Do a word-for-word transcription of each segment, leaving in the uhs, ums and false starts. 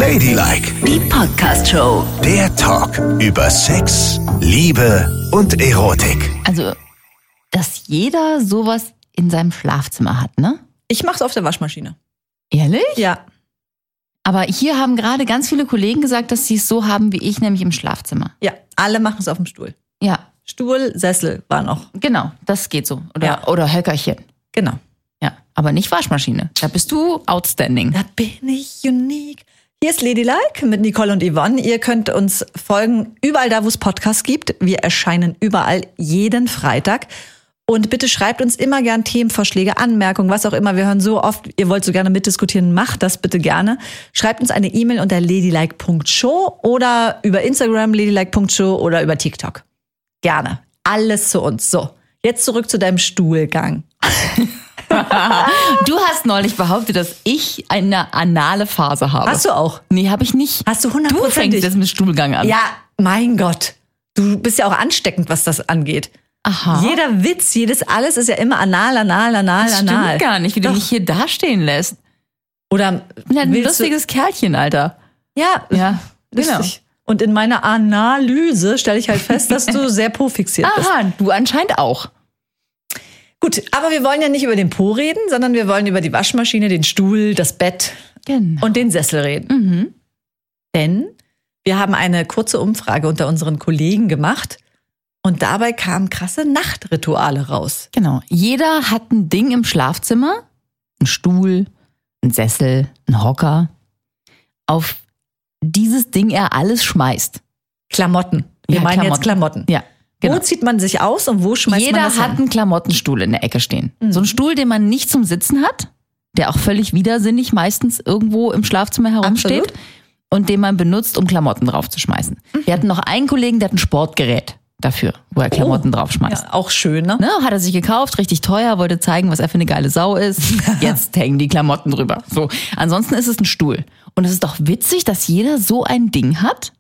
Ladylike, Die Podcast-Show. der Talk über Sex, Liebe und Erotik. Also, dass jeder sowas in seinem Schlafzimmer hat, ne? Ich mach's auf der Waschmaschine. Ehrlich? Ja. Aber hier haben gerade ganz viele Kollegen gesagt, dass sie es so haben wie ich, nämlich im Schlafzimmer. Ja, alle machen es auf dem Stuhl. Ja, Stuhl, Sessel war noch. genau, das geht so. Oder, Ja. oder Höckerchen. Genau. Ja, aber nicht Waschmaschine. Da bist du outstanding. Da bin ich unique. Hier ist Ladylike mit Nicole und Yvonne. Ihr könnt uns folgen überall da, wo es Podcasts gibt. Wir erscheinen überall jeden Freitag. Und bitte schreibt uns immer gern Themenvorschläge, Anmerkungen, was auch immer. Wir hören so oft, ihr wollt so gerne mitdiskutieren, macht das bitte gerne. Schreibt uns eine E-Mail unter ladylike punkt show oder über Instagram ladylike punkt show oder über TikTok. Gerne. Alles zu uns. So, jetzt zurück zu deinem Stuhlgang. Du hast neulich behauptet, dass ich eine anale Phase habe. Hast du auch? Nee, habe ich nicht. Hast du Du hundertprozentig? fängst jetzt mit Stuhlgang an. Ja, mein Gott. Du bist ja auch ansteckend, was das angeht. Aha. Jeder Witz, jedes alles ist ja immer anal, anal, anal, das anal. stimmt gar nicht, wie du Doch. mich hier dastehen lässt. Oder Ich bin ein willst lustiges Kerlchen, Alter. du, ja, Ja, genau. lustig. Und in meiner Analyse stelle ich halt fest, dass du sehr po-fixiert bist. Aha, du anscheinend auch. Gut, aber wir wollen ja nicht über den Po reden, sondern wir wollen über die Waschmaschine, den Stuhl, das Bett Genau. und den Sessel reden. Mhm. Denn wir haben eine kurze Umfrage unter unseren Kollegen gemacht und dabei kamen krasse Nachtrituale raus. Genau. Jeder hat ein Ding im Schlafzimmer, ein Stuhl, ein Sessel, ein Hocker, auf dieses Ding er alles schmeißt. Klamotten. Wir Ja, meinen jetzt Klamotten. Ja, genau. Wo zieht man sich aus und wo schmeißt Jeder man das hat hin? einen Klamottenstuhl in der Ecke stehen. So einen Stuhl, den man nicht zum Sitzen hat, der auch völlig widersinnig meistens irgendwo im Schlafzimmer herumsteht Absolut. und den man benutzt, um Klamotten draufzuschmeißen. Wir hatten noch einen Kollegen, der hat ein Sportgerät dafür, wo er Klamotten draufschmeißt. Ja, auch schön, ne? Ne, hat er sich gekauft, richtig teuer, wollte zeigen, was er für eine geile Sau ist. Jetzt hängen die Klamotten drüber. So, ansonsten ist es ein Stuhl. Und es ist doch witzig, dass jeder so ein Ding hat.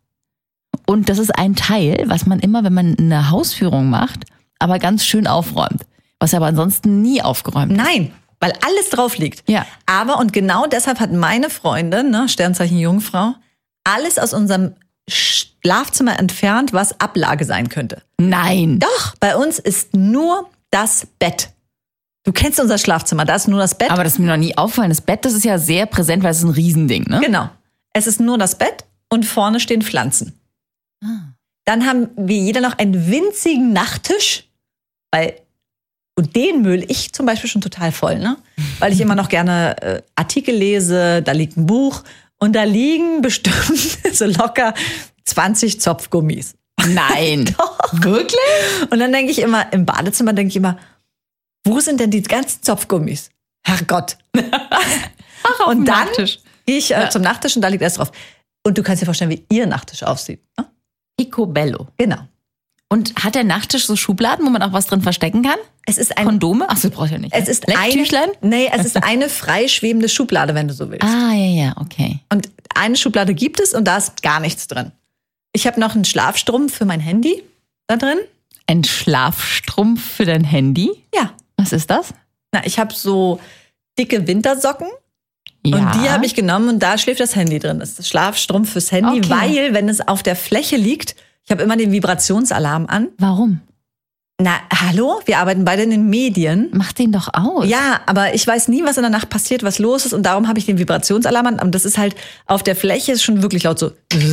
Und das ist ein Teil, was man immer, wenn man eine Hausführung macht, aber ganz schön aufräumt. Was aber ansonsten nie aufgeräumt ist. Nein, weil alles drauf liegt. Ja. Aber, und genau deshalb hat meine Freundin, ne, Sternzeichen Jungfrau, alles aus unserem Schlafzimmer entfernt, was Ablage sein könnte. Nein. Doch, bei uns ist nur das Bett. Du kennst unser Schlafzimmer, da ist nur das Bett. Aber das ist mir noch nie aufgefallen. Das Bett, das ist ja sehr präsent, weil es ist ein Riesending, ne? Genau. Es ist nur das Bett und vorne stehen Pflanzen. Ah. Dann haben wir jeder noch einen winzigen Nachttisch, weil und den müll ich zum Beispiel schon total voll, ne? Weil ich immer noch gerne äh, Artikel lese, da liegt ein Buch und da liegen bestimmt so locker zwanzig Zopfgummis. Nein. Doch. Wirklich? Und dann denke ich immer, im Badezimmer denke ich immer, wo sind denn die ganzen Zopfgummis? Herrgott. Ach, auf Und dem dann Nachttisch. gehe ich äh, zum Nachttisch und da liegt erst drauf. Und du kannst dir vorstellen, wie ihr Nachttisch aussieht. Ne? Picobello. Genau. Und hat der Nachttisch so Schubladen, wo man auch was drin verstecken kann? Es ist ein Kondome? Ach, so brauchst du ja nicht. Es ist Lecktüchlein? eine, nee, es ist eine freischwebende Schublade, wenn du so willst. Ah, ja, ja, okay. Und eine Schublade gibt es und da ist gar nichts drin. Ich habe noch einen Schlafstrumpf für mein Handy da drin. Ein Schlafstrumpf für dein Handy? Ja. Was ist das? Na, ich habe so dicke Wintersocken Ja. und die habe ich genommen und da schläft das Handy drin. Das ist der Schlafstrumpf fürs Handy, Okay. weil wenn es auf der Fläche liegt, ich habe immer den Vibrationsalarm an. Warum? Na, hallo? Wir arbeiten beide in den Medien. Mach den doch aus. Ja, aber ich weiß nie, was in der Nacht passiert, was los ist und darum habe ich den Vibrationsalarm an. Und das ist halt auf der Fläche ist schon wirklich laut so.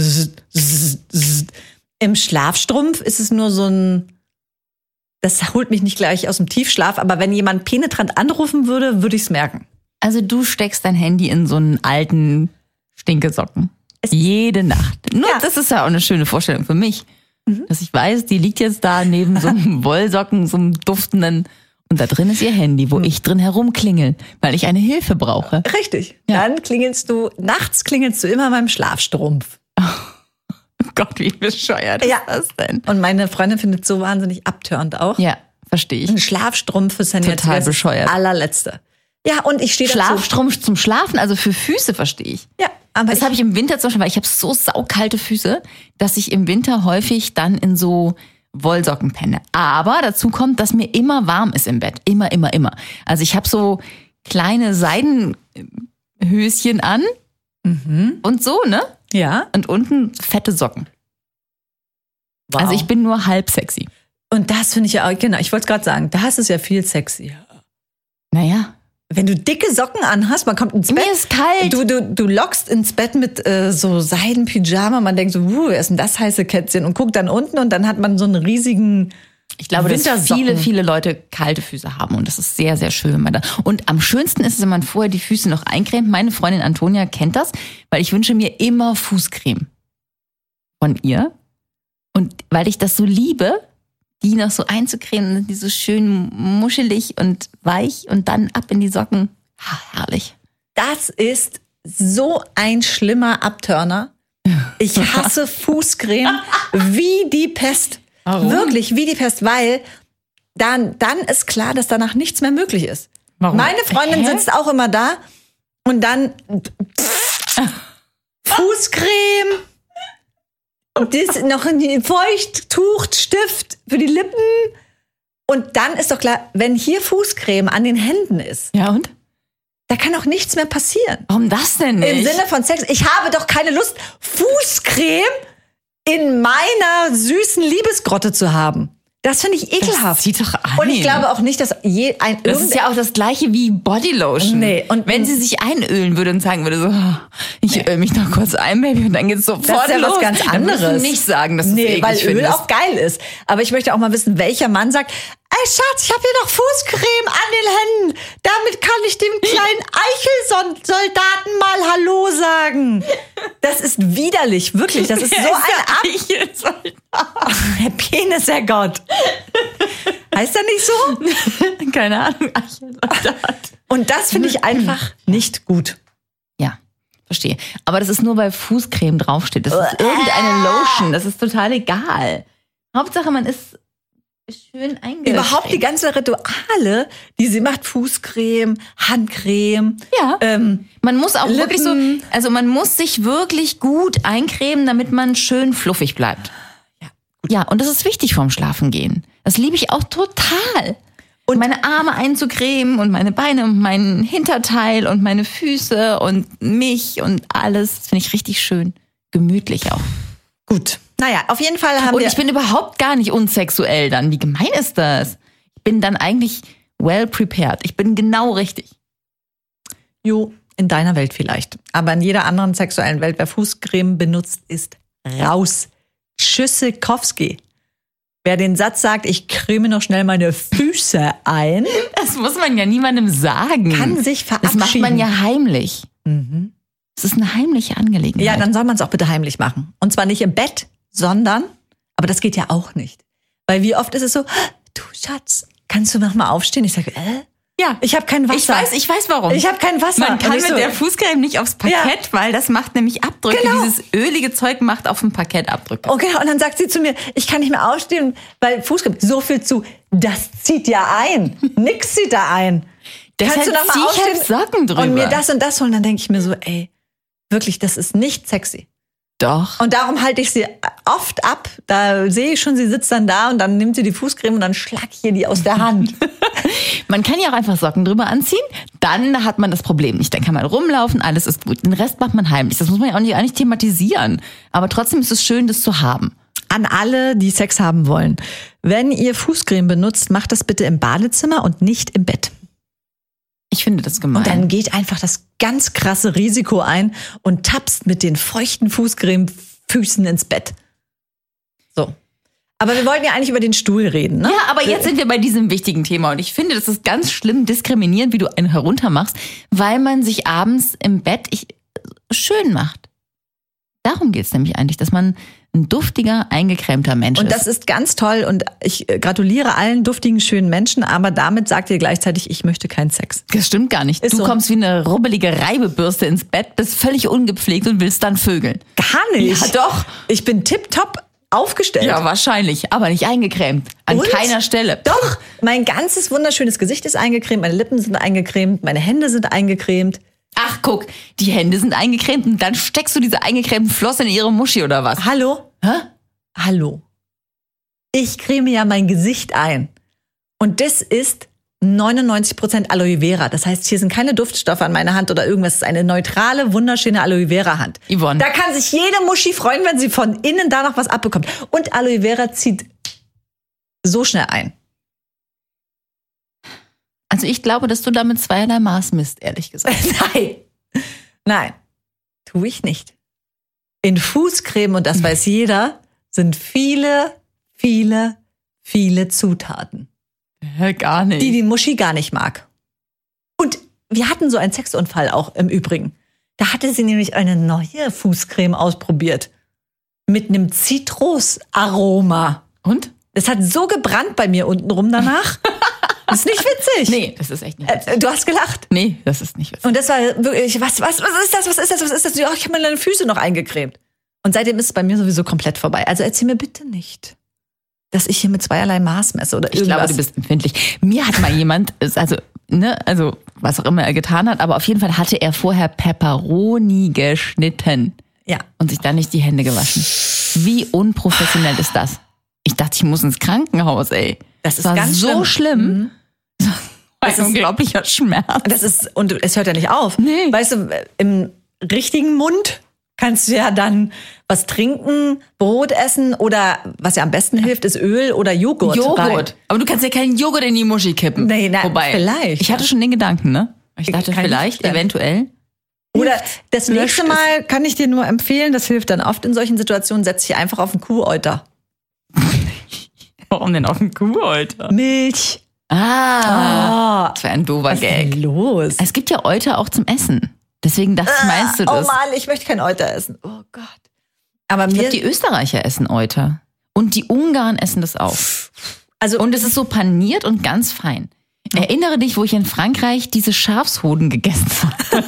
Im Schlafstrumpf ist es nur so ein, das holt mich nicht gleich aus dem Tiefschlaf, aber wenn jemand penetrant anrufen würde, würde ich es merken. Also du steckst dein Handy in so einen alten Stinkesocken. Jede Nacht. Nur Ja. das ist ja auch eine schöne Vorstellung für mich. Dass ich weiß, die liegt jetzt da neben so einem Wollsocken, so einem duftenden. Und da drin ist ihr Handy, wo ich drin herumklingel, weil ich eine Hilfe brauche. Richtig. Ja. Dann klingelst du, nachts klingelst du immer beim Schlafstrumpf. Oh Gott, wie bescheuert ist Ja. das denn? Und meine Freundin findet es so wahnsinnig abtörend auch. Ja, verstehe ich. Ein Schlafstrumpf fürs Handy. Total das bescheuert. Allerletzte. Ja, und ich stehe dazu. Schlafstrumpf zum Schlafen, also für Füße verstehe ich. Ja, aber Das ich, habe ich im Winter zum Beispiel, weil ich habe so saukalte Füße, dass ich im Winter häufig dann in so Wollsocken penne. Aber dazu kommt, dass mir immer warm ist im Bett. Immer, immer, immer. Also ich habe so kleine Seidenhöschen an, Mhm. Und so, ne? Ja. Und unten fette Socken. Wow. Also ich bin nur halb sexy. Und das finde ich ja auch, genau, ich wollte gerade sagen, das ist ja viel sexy. Naja. Wenn du dicke Socken anhast, man kommt ins Bett. Mir ist kalt. Du, du, du lockst ins Bett mit äh, so Seidenpyjama. Man denkt so, wuh, wer ist denn das heiße Kätzchen? Und guckt dann unten und dann hat man so einen riesigen Ich glaube, dass Wintersocken. viele, viele Leute kalte Füße haben und das ist sehr, sehr schön. Wenn man da und am schönsten ist es, wenn man vorher die Füße noch eincremt. Meine Freundin Antonia kennt das, weil ich wünsche mir immer Fußcreme von ihr. Und weil ich das so liebe, die noch so einzucremen, die so schön muschelig und weich und dann ab in die Socken. Ha, herrlich. Das ist so ein schlimmer Abturner. Ich hasse Fußcreme wie die Pest. Warum? Wirklich wie die Pest, weil dann, dann ist klar, dass danach nichts mehr möglich ist. Warum? Meine Freundin Hä? sitzt auch immer da und dann Fußcreme. Und das noch ein Feuchttuch, Stift für die Lippen. Und dann ist doch klar, wenn hier Fußcreme an den Händen ist, Ja und? da kann auch nichts mehr passieren. Warum das denn nicht? Im Sinne von Sex. Ich habe doch keine Lust, Fußcreme in meiner süßen Liebesgrotte zu haben. Das finde ich ekelhaft. Das sieht doch ein. Und ich glaube auch nicht, dass je ein Das ist ja auch das gleiche wie Bodylotion. Nee, und- wenn sie sich einölen würde und sagen würde so, oh, ich öl mich noch kurz ein, Baby, und dann geht's sofort Das ist ja los. was ganz Dann musst anderes. du nicht sagen, dass du es Nee, eklig weil Öl findest. auch geil ist. Aber ich möchte auch mal wissen, welcher Mann sagt, ey Schatz, ich habe hier noch Fußcreme an den Händen. Damit kann ich dem kleinen Eichelsoldaten mal Hallo sagen. Das ist widerlich, wirklich. Das ist so ein Ab... Der Penis, der Gott. Heißt er nicht so? Keine Ahnung. Eichelsoldat. Und das finde ich einfach nicht gut. Ja, verstehe. Aber das ist nur, weil Fußcreme draufsteht. Das ist irgendeine Lotion. Das ist total egal. Hauptsache, man ist schön eingecremt. Überhaupt die ganzen Rituale, die sie macht, Fußcreme, Handcreme. Ja. Ähm, Man muss auch wirklich so, Lippen. also man muss sich wirklich gut eincremen, damit man schön fluffig bleibt. Ja. Ja, und das ist wichtig vorm Schlafengehen. Das liebe ich auch total. Und meine Arme einzucremen und meine Beine und meinen Hinterteil und meine Füße und mich und alles. Das finde ich richtig schön. Gemütlich auch. gut. Naja, auf jeden Fall haben Und wir... ich bin überhaupt gar nicht unsexuell dann. Wie gemein ist das? Ich bin dann eigentlich well prepared. Ich bin genau richtig. Jo, in deiner Welt vielleicht. Aber in jeder anderen sexuellen Welt, wer Fußcreme benutzt, ist raus. Tschüssikowski. Wer den Satz sagt, ich creme noch schnell meine Füße ein, Das muss man ja niemandem sagen. kann sich Das verabschieden. macht man ja heimlich. Mhm. Das ist eine heimliche Angelegenheit. Ja, dann soll man es auch bitte heimlich machen. Und zwar nicht im Bett, sondern, aber das geht ja auch nicht. Weil wie oft ist es so, du Schatz, kannst du noch mal aufstehen? Ich sage, äh? ja. Ich habe kein Wasser. Ich weiß, ich weiß warum. Ich habe kein Wasser. Man kann Und ich mit so, der Fußcreme nicht aufs Parkett, weil das macht nämlich Abdrücke. Genau. Dieses ölige Zeug macht auf dem Parkett Abdrücke. Okay, und dann sagt sie zu mir, ich kann nicht mehr aufstehen, weil Fußcreme, so viel zu, das zieht ja ein. Nix zieht da ein. Deshalb Kannst du noch zieh mal ich halt aufstehen Socken drüber. und mir das und das holen? Dann denke ich mir so, ey, wirklich, das ist nicht sexy. Doch. Und darum halte ich sie oft ab. Da sehe ich schon, sie sitzt dann da und dann nimmt sie die Fußcreme und dann schlag ich ihr die aus der Hand. Man kann ja auch einfach Socken drüber anziehen, dann hat man das Problem nicht. Dann kann man rumlaufen, alles ist gut. Den Rest macht man heimlich. Das muss man ja auch nicht, auch nicht thematisieren. Aber trotzdem ist es schön, das zu haben. An alle, die Sex haben wollen. Wenn ihr Fußcreme benutzt, macht das bitte im Badezimmer und nicht im Bett. Ich finde das gemein. Und dann geht einfach das ganz krasse Risiko ein und tappst mit den feuchten Fußcremefüßen ins Bett. So. Aber wir wollten ja eigentlich über den Stuhl reden, ne? Ja, aber jetzt sind wir bei diesem wichtigen Thema und ich finde, das ist ganz schlimm diskriminierend, wie du einen heruntermachst, weil man sich abends im Bett ich, schön macht. Darum geht's nämlich eigentlich, dass man ein duftiger, eingecremter Mensch Und ist. das ist ganz toll und ich äh, gratuliere allen duftigen, schönen Menschen, aber damit sagt ihr gleichzeitig, ich möchte keinen Sex. Das stimmt gar nicht. Ist Du so. kommst wie eine rubbelige Reibebürste ins Bett, bist völlig ungepflegt und willst dann vögeln. Gar nicht. Ja, doch. Ich bin tipptopp aufgestellt. Ja, wahrscheinlich, aber nicht eingecremt. An Und? keiner Stelle. Doch, mein ganzes wunderschönes Gesicht ist eingecremt, meine Lippen sind eingecremt, meine Hände sind eingecremt. Ach, guck, die Hände sind eingecremt und dann steckst du diese eingecremten Flossen in ihre Muschi oder was? Hallo? Hä? Hallo. Ich creme ja mein Gesicht ein. Und das ist neunundneunzig Prozent Aloe Vera. Das heißt, hier sind keine Duftstoffe an meiner Hand oder irgendwas. Es ist eine neutrale, wunderschöne Aloe Vera Hand. Yvonne. Da kann sich jede Muschi freuen, wenn sie von innen da noch was abbekommt. Und Aloe Vera zieht so schnell ein. Also ich glaube, dass du damit zweierlei Maß misst, ehrlich gesagt. Nein. Nein. Tue ich nicht. In Fußcreme, und das weiß jeder, sind viele, viele, viele Zutaten. Ja, gar nicht. Die die Muschi gar nicht mag. Und wir hatten so einen Sexunfall auch im Übrigen. Da hatte sie nämlich eine neue Fußcreme ausprobiert. Mit einem Zitrusaroma. Und? Es hat so gebrannt bei mir untenrum danach. Das ist nicht witzig. Nee, das ist echt nicht witzig. Äh, du hast gelacht. Nee, das ist nicht witzig. Und das war wirklich, was, was, was ist das, was ist das, was ist das? Ja, ich habe meine Füße noch eingecremt. Und seitdem ist es bei mir sowieso komplett vorbei. Also erzähl mir bitte nicht, dass ich hier mit zweierlei Maß messe oder Ich irgendwas. glaube, du bist empfindlich. Mir hat mal jemand, also, ne, also, was auch immer er getan hat, aber auf jeden Fall hatte er vorher Pepperoni geschnitten. Ja. Und sich dann nicht die Hände gewaschen. Wie unprofessionell ist das? Ich dachte, ich muss ins Krankenhaus, ey. Das ist war ganz so schlimm. Mhm. Das war Das ein ist- unglaublicher Schmerz. Das ist, und es hört ja nicht auf. Nee. Weißt du, im richtigen Mund kannst du ja dann was trinken, Brot essen oder was ja am besten hilft, ist Öl oder Joghurt. Joghurt. rein. Aber du kannst ja keinen Joghurt in die Muschi kippen. Nee, na, Wobei, vielleicht, Ich hatte ja. schon den Gedanken, ne? Ich dachte, Kann ich vielleicht, verstehen. eventuell. Oder das Löscht nächste es. Mal kann ich dir nur empfehlen, das hilft dann oft in solchen Situationen, setz dich einfach auf einen Kuhäuter. Warum denn auf den Kuhäuter? Milch. Ah, Oh, das wäre ein doofer was ist denn Gag. los? Es gibt ja Euter auch zum Essen. Deswegen dachte ich, meinst du Oh das? Mann, ich möchte kein Euter essen. Oh Gott. Aber Ich mir, glaube, die Österreicher essen Euter. Und die Ungarn essen das auch. also Und es ist so paniert und ganz fein. Erinnere dich, wo ich in Frankreich diese Schafshoden gegessen habe.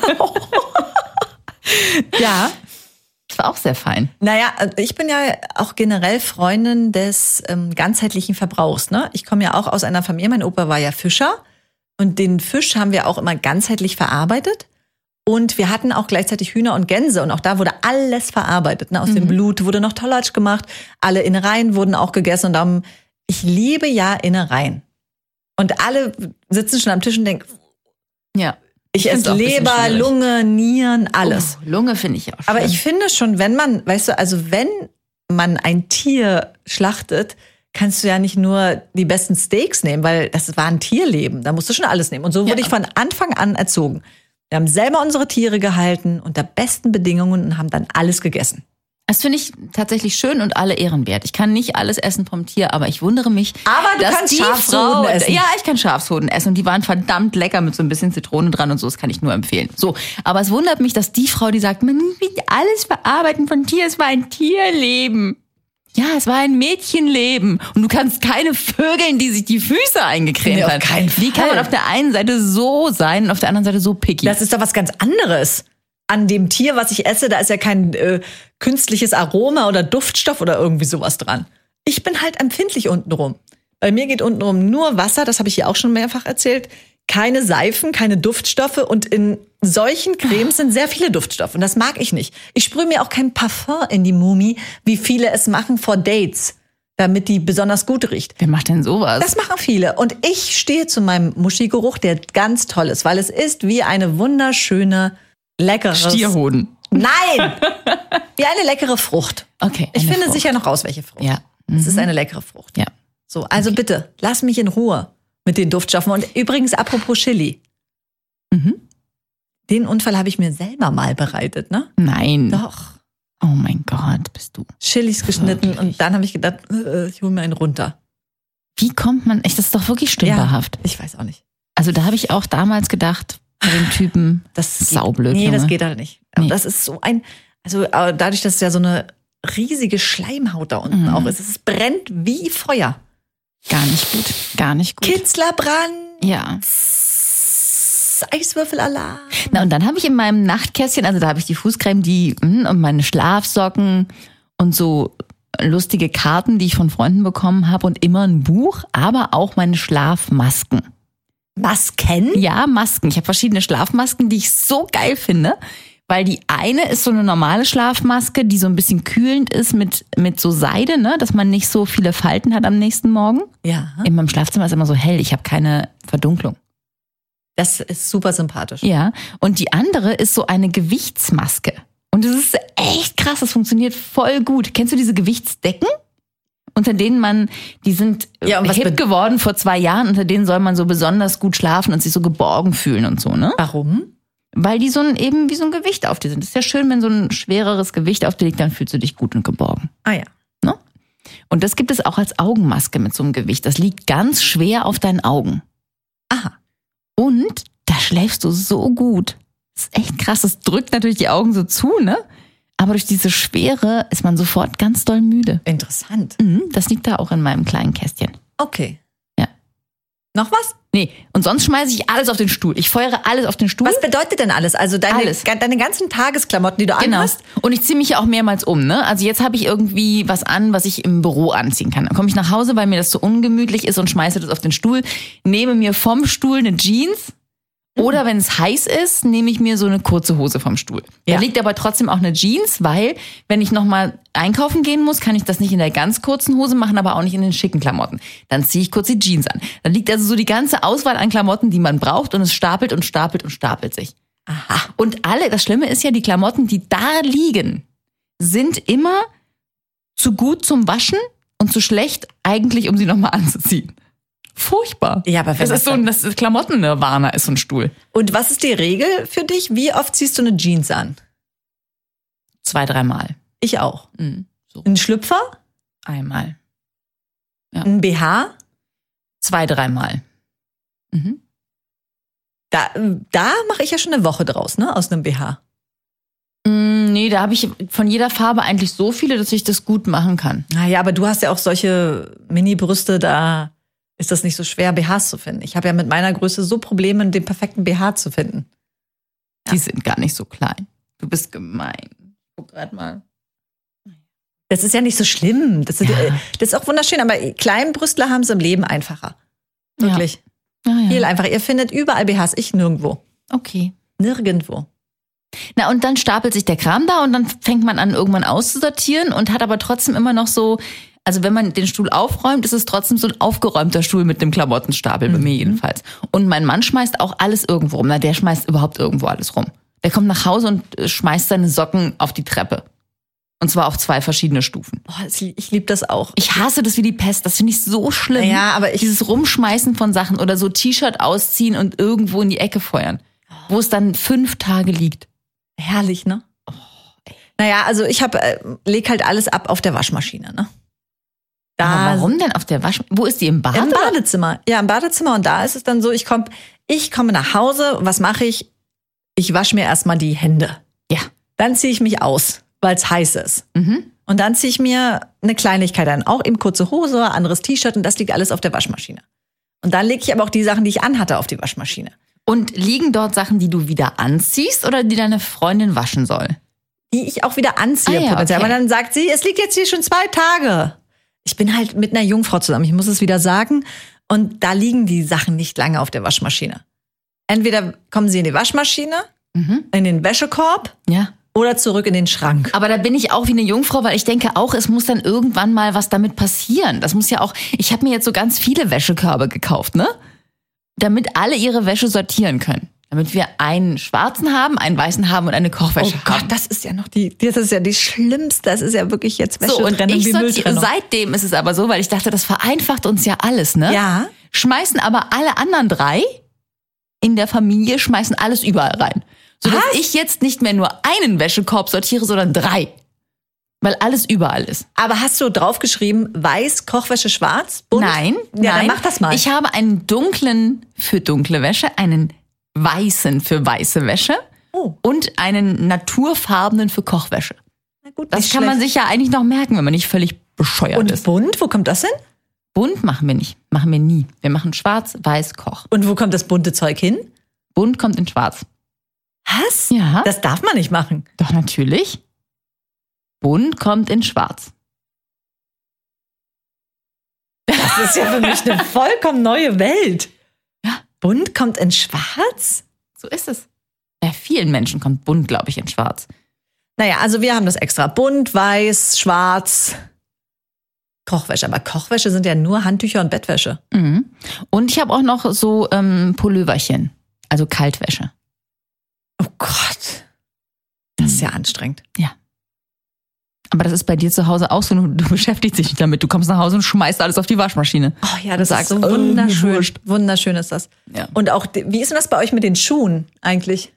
ja. Das war auch sehr fein. Naja, ich bin ja auch generell Freundin des ähm, ganzheitlichen Verbrauchs. Ne? Ich komme ja auch aus einer Familie, mein Opa war ja Fischer und den Fisch haben wir auch immer ganzheitlich verarbeitet. Und wir hatten auch gleichzeitig Hühner und Gänse und auch da wurde alles verarbeitet. Ne? Aus dem Blut wurde noch Tollatsch gemacht, alle Innereien wurden auch gegessen und darum, ich liebe ja Innereien. Und alle sitzen schon am Tisch und denken, Ja. ich find's esse auch ein bisschen Leber, schwierig. Lunge, Nieren, alles. Oh, Lunge finde ich auch schön. Aber ich finde schon, wenn man, weißt du, also wenn man ein Tier schlachtet, kannst du ja nicht nur die besten Steaks nehmen, weil das war ein Tierleben. Da musst du schon alles nehmen. Und so wurde Ja. ich von Anfang an erzogen. Wir haben selber unsere Tiere gehalten unter besten Bedingungen und haben dann alles gegessen. Das finde ich tatsächlich schön und alle ehrenwert. Ich kann nicht alles essen vom Tier, aber ich wundere mich, Aber du dass kannst die Schafshoden Frau, essen. Ja, ich kann Schafshoden essen und die waren verdammt lecker mit so ein bisschen Zitrone dran und so, das kann ich nur empfehlen. So, aber es wundert mich, dass die Frau, die sagt, man muss nicht alles verarbeiten von Tier, es war ein Tierleben. Ja, es war ein Mädchenleben. Und du kannst keine Vögeln, die sich die Füße eingecremt Nee, auf haben. keinen Wie kann Fall. man auf der einen Seite so sein und auf der anderen Seite so picky? Das ist doch was ganz anderes. An dem Tier, was ich esse, da ist ja kein äh, künstliches Aroma oder Duftstoff oder irgendwie sowas dran. Ich bin halt empfindlich untenrum. Bei mir geht untenrum nur Wasser, das habe ich hier auch schon mehrfach erzählt. Keine Seifen, keine Duftstoffe und in solchen Cremes sind sehr viele Duftstoffe und das mag ich nicht. Ich sprühe mir auch kein Parfum in die Mumie, wie viele es machen vor Dates, damit die besonders gut riecht. Wer macht denn sowas? Das machen viele. Und ich stehe zu meinem Muschi-Geruch, der ganz toll ist, weil es ist wie eine wunderschöne, leckere... Stierhoden. Nein! Wie eine leckere Frucht. Okay. Ich eine finde Frucht. sicher noch raus, welche Frucht. Ja. Es ist eine leckere Frucht. Ja. So, also bitte, lass mich in Ruhe mit den Duftstoffen. Und übrigens, apropos Chili. Mhm. Den Unfall habe ich mir selber mal bereitet, ne? Nein. Doch. Oh mein Gott, bist du. Chilis geschnitten Wirklich? und dann habe ich gedacht, äh, ich hole mir einen runter. Wie kommt man, echt, das ist doch wirklich stümperhaft. Ich weiß auch nicht. Also da habe ich auch damals gedacht, bei dem Typen, Das geht- saublöd, Nee, Junge. das geht halt nicht. Aber Nee. Das ist so ein, also äh, dadurch, dass es ja so eine riesige Schleimhaut da unten Mhm. auch ist, es brennt wie Feuer. Gar nicht gut, gar nicht gut. Kitzlerbrand, Ja. Eiswürfelalarm. Na und dann habe ich in meinem Nachtkästchen, also da habe ich die Fußcreme, die hm, und meine Schlafsocken und so lustige Karten, die ich von Freunden bekommen habe und immer ein Buch, aber auch meine Schlafmasken. Masken? Ja, Masken. Ich habe verschiedene Schlafmasken, die ich so geil finde, Weil die eine ist so eine normale Schlafmaske, die so ein bisschen kühlend ist mit, mit so Seide, ne, dass man nicht so viele Falten hat am nächsten Morgen. Ja. In meinem Schlafzimmer ist immer so hell, ich habe keine Verdunklung. Das ist super sympathisch. Ja, und die andere ist so eine Gewichtsmaske. Und das ist echt krass, das funktioniert voll gut. Kennst du diese Gewichtsdecken? Unter denen man, die sind Ja, und was hip be- geworden vor zwei Jahren, unter denen soll man so besonders gut schlafen und sich so geborgen fühlen und so, ne? Warum? Weil die so ein, eben wie so ein Gewicht auf dir sind. Das ist ja schön, wenn so ein schwereres Gewicht auf dir liegt, dann fühlst du dich gut und geborgen. Ah ja. Ne? Und das gibt es auch als Augenmaske mit so einem Gewicht. Das liegt ganz schwer auf deinen Augen. Aha. Und da schläfst du so gut. Das ist echt krass. Das drückt natürlich die Augen so zu, ne? Aber durch diese Schwere ist man sofort ganz doll müde. Interessant. Mhm, das liegt da auch in meinem kleinen Kästchen. Okay. Ja. Noch was? Nee, und sonst schmeiße ich alles auf den Stuhl. Ich feuere alles auf den Stuhl. Was bedeutet denn alles? Also deine, Alles. ga- deine ganzen Tagesklamotten, die du Genau. anhast? Und ich ziehe mich ja auch mehrmals um, ne? Also jetzt habe ich irgendwie was an, was ich im Büro anziehen kann. Dann komme ich nach Hause, weil mir das so ungemütlich ist und schmeiße das auf den Stuhl, nehme mir vom Stuhl eine Jeans. Oder wenn es heiß ist, nehme ich mir so eine kurze Hose vom Stuhl. Ja. Da liegt aber trotzdem auch eine Jeans, weil wenn ich nochmal einkaufen gehen muss, kann ich das nicht in der ganz kurzen Hose machen, aber auch nicht in den schicken Klamotten. Dann ziehe ich kurz die Jeans an. Dann liegt also so die ganze Auswahl an Klamotten, die man braucht und es stapelt und stapelt und stapelt sich. Aha. Und alle, das Schlimme ist ja, die Klamotten, die da liegen, sind immer zu gut zum Waschen und zu schlecht eigentlich, um sie nochmal anzuziehen. Furchtbar. Ja, aber wenn das das ist so ein das ist Klamotten-Nirvana ist so ein Stuhl. Und was ist die Regel für dich? Wie oft ziehst du eine Jeans an? Zwei, dreimal. Ich auch. Mhm. So Ein Schlüpfer? einmal. Ein B H? Zwei, dreimal. Mhm. Da, da mache ich ja schon eine Woche draus, ne? Aus einem B H. Mm, nee, da habe ich von jeder Farbe eigentlich so viele, dass ich das gut machen kann. Naja, aber du hast ja auch solche Mini-Brüste, da ist das nicht so schwer, B Hs zu finden. Ich habe ja mit meiner Größe so Probleme, den perfekten B H zu finden. Die sind gar nicht so klein. Du bist gemein. Guck grad mal. Das ist ja nicht so schlimm. Das, ist- Ja. das ist auch wunderschön, aber Kleinbrüstler haben es im Leben einfacher. Wirklich. Ja, ja. Viel einfacher. Ihr findet überall B Hs, ich nirgendwo. Okay. Nirgendwo. Na, und dann stapelt sich der Kram da und dann fängt man an, irgendwann auszusortieren und hat aber trotzdem immer noch so, also wenn man den Stuhl aufräumt, ist es trotzdem so ein aufgeräumter Stuhl mit dem Klamottenstapel, bei mir jedenfalls. Und mein Mann schmeißt auch alles irgendwo rum. Na, der schmeißt überhaupt irgendwo alles rum. Der kommt nach Hause und äh, schmeißt seine Socken auf die Treppe. Und zwar auf zwei verschiedene Stufen. Boah, ich liebe das auch. Ich hasse das wie die Pest. Das finde ich so schlimm. Ja, aber ich- Dieses Rumschmeißen von Sachen oder so T-Shirt ausziehen und irgendwo in die Ecke feuern. Wo es dann fünf Tage liegt. Herrlich, ne? Naja, also ich hab, äh, leg halt alles ab auf der Waschmaschine, ne? Da Aber warum denn auf der Wasch... Wo ist die, im Bad? Im oder? Badezimmer. Ja, im Badezimmer. Und da ist es dann so, ich komme ich komme nach Hause. Was mache ich? Ich wasche mir erstmal die Hände. Ja. Dann ziehe ich mich aus, weil es heiß ist. Mhm. Und dann ziehe ich mir eine Kleinigkeit an. Auch eben kurze Hose, anderes T-Shirt und das liegt alles auf der Waschmaschine. Und dann lege ich aber auch die Sachen, die ich anhatte, auf die Waschmaschine. Und liegen dort Sachen, die du wieder anziehst oder die deine Freundin waschen soll? Die ich auch wieder anziehe Ah ja, potenziell. okay. Aber dann sagt sie, es liegt jetzt hier schon zwei Tage. Ich bin halt mit einer Jungfrau zusammen, ich muss es wieder sagen. Und da liegen die Sachen nicht lange auf der Waschmaschine. Entweder kommen sie in die Waschmaschine, Mhm. in den Wäschekorb Ja. oder zurück in den Schrank. Aber da bin ich auch wie eine Jungfrau, weil ich denke auch, es muss dann irgendwann mal was damit passieren. Das muss ja auch, ich habe mir jetzt so ganz viele Wäschekörbe gekauft, ne? Damit alle ihre Wäsche sortieren können. Damit wir einen schwarzen haben, einen weißen haben und eine Kochwäsche Oh Gott, haben. das ist ja noch die, das ist ja die schlimmste, das ist ja wirklich jetzt So, und Wäschetrennung ich wie sortiere, Mülltrennung. seitdem ist es aber so, weil ich dachte, das vereinfacht uns ja alles, ne? Ja. Schmeißen aber alle anderen drei in der Familie, schmeißen alles überall rein. Sodass Was? ich jetzt nicht mehr nur einen Wäschekorb sortiere, sondern drei. Weil alles überall ist. Aber hast du draufgeschrieben, weiß, Kochwäsche, schwarz? bunt? Nein, Ja, nein. dann mach das mal. Ich habe einen dunklen für dunkle Wäsche, einen weißen für weiße Wäsche Oh. und einen naturfarbenen für Kochwäsche. Na gut, Das nicht kann man schlecht. sich ja eigentlich noch merken, wenn man nicht völlig bescheuert Und ist. bunt, wo kommt das hin? Bunt machen wir nicht. Machen wir nie. Wir machen schwarz, weiß, Koch. Und wo kommt das bunte Zeug hin? Bunt kommt in schwarz. Was? Ja. Das darf man nicht machen. Doch, natürlich. Bunt kommt in schwarz. Das ist ja für mich eine vollkommen neue Welt. Ja. Bunt kommt in schwarz? So ist es. Bei vielen Menschen kommt bunt, glaube ich, in schwarz. Naja, also wir haben das extra bunt, weiß, schwarz, Kochwäsche. Aber Kochwäsche sind ja nur Handtücher und Bettwäsche. Mhm. Und ich habe auch noch so ähm, Pulloverchen, also Kaltwäsche. Oh Gott, das ist ja anstrengend. Ja. Aber das ist bei dir zu Hause auch so, du beschäftigst dich nicht damit. Du kommst nach Hause und schmeißt alles auf die Waschmaschine. Oh ja, das sagst, ist so oh, wunderschön. wurscht. Wunderschön ist das. Ja. Und auch, wie ist denn das bei euch mit den Schuhen eigentlich?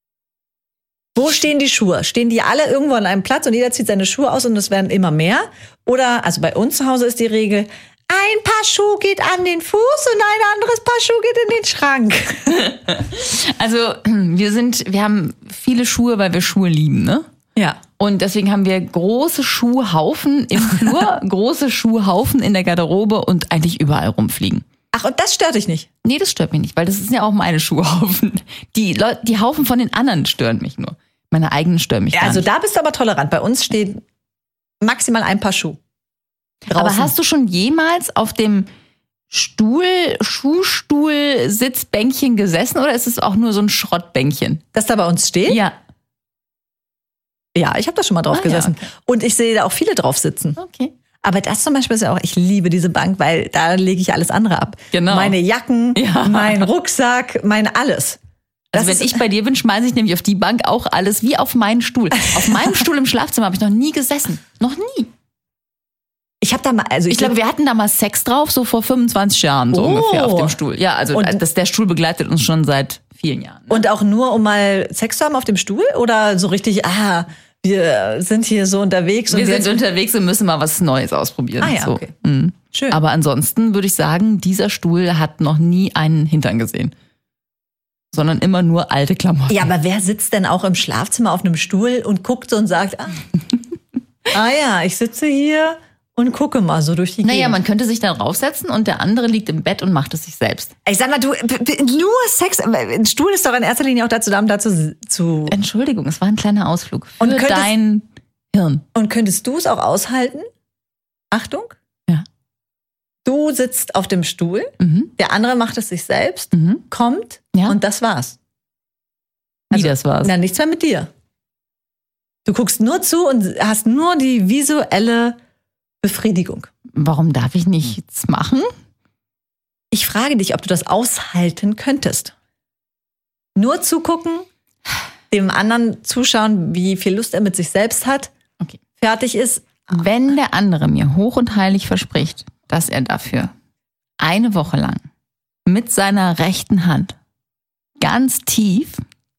Wo stehen die Schuhe? Stehen die alle irgendwo an einem Platz und jeder zieht seine Schuhe aus und es werden immer mehr? Oder, also bei uns zu Hause ist die Regel, ein Paar Schuh geht an den Fuß und ein anderes Paar Schuh geht in den Schrank. Also wir sind, wir haben viele Schuhe, weil wir Schuhe lieben, ne? Ja. Und deswegen haben wir große Schuhhaufen im Flur, große Schuhhaufen in der Garderobe und eigentlich überall rumfliegen. Ach, und das stört dich nicht? Nee, das stört mich nicht, weil das sind ja auch meine Schuhhaufen. Die Leute, die Haufen von den anderen stören mich nur. Meine eigenen stören mich Ja, gar also nicht. da bist du aber tolerant. Bei uns steht maximal ein Paar Schuh. Draußen. Aber hast du schon jemals auf dem Stuhl, Schuhstuhl, Sitzbänkchen gesessen oder ist es auch nur so ein Schrottbänkchen? das da bei uns steht? Ja. Ja, ich habe da schon mal drauf Ah, ja, gesessen. okay. Und ich sehe da auch viele drauf sitzen. Okay. Aber das zum Beispiel ist ja auch, ich liebe diese Bank, weil da lege ich alles andere ab. Genau. Meine Jacken, Ja. mein Rucksack, mein alles. Das Also wenn ist- ich bei dir bin, schmeiße ich nämlich auf die Bank auch alles wie auf meinen Stuhl. Auf meinem Stuhl im Schlafzimmer habe ich noch nie gesessen. Noch nie. Ich habe da mal, also ich, Ich glaube, wir hatten da mal Sex drauf, so vor fünfundzwanzig Jahren so Oh. ungefähr auf dem Stuhl. Ja, also Und- das, der Stuhl begleitet uns schon seit vielen Jahren. Ne? und auch nur, um mal Sex zu haben auf dem Stuhl oder so richtig, ah, wir sind hier so unterwegs und Wir jetzt, sind unterwegs und müssen mal was Neues ausprobieren. Ah ja, so. okay. Mhm. schön. Aber ansonsten würde ich sagen, dieser Stuhl hat noch nie einen Hintern gesehen. Sondern immer nur alte Klamotten. Ja, aber wer sitzt denn auch im Schlafzimmer auf einem Stuhl und guckt so und sagt, ah, ah ja, ich sitze hier und gucke mal so durch die Naja, Gegend. man könnte sich dann raufsetzen und der andere liegt im Bett und macht es sich selbst. Ich sag mal, du, b- b- nur Sex, ein Stuhl ist doch in erster Linie auch dazu da, um dazu zu. Entschuldigung, es war ein kleiner Ausflug für Und könntest- dein Hirn. Und könntest du es auch aushalten? Achtung. Ja. Du sitzt auf dem Stuhl, Mhm. der andere macht es sich selbst, Mhm. kommt Ja. und das war's. Wie Also, das war's. Na, nichts mehr mit dir. Du guckst nur zu und hast nur die visuelle Befriedigung. Warum darf ich nichts machen? Ich frage dich, ob du das aushalten könntest. Nur zugucken, dem anderen zuschauen, wie viel Lust er mit sich selbst hat, Okay. fertig ist. Wenn der andere mir hoch und heilig verspricht, dass er dafür eine Woche lang mit seiner rechten Hand ganz tief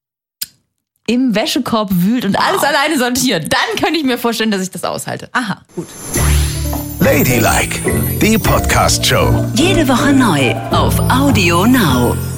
im Wäschekorb wühlt und alles alleine sortiert, dann könnte ich mir vorstellen, dass ich das aushalte. Aha, gut. Ladylike, die Podcast-Show. Jede Woche neu auf Audio Now.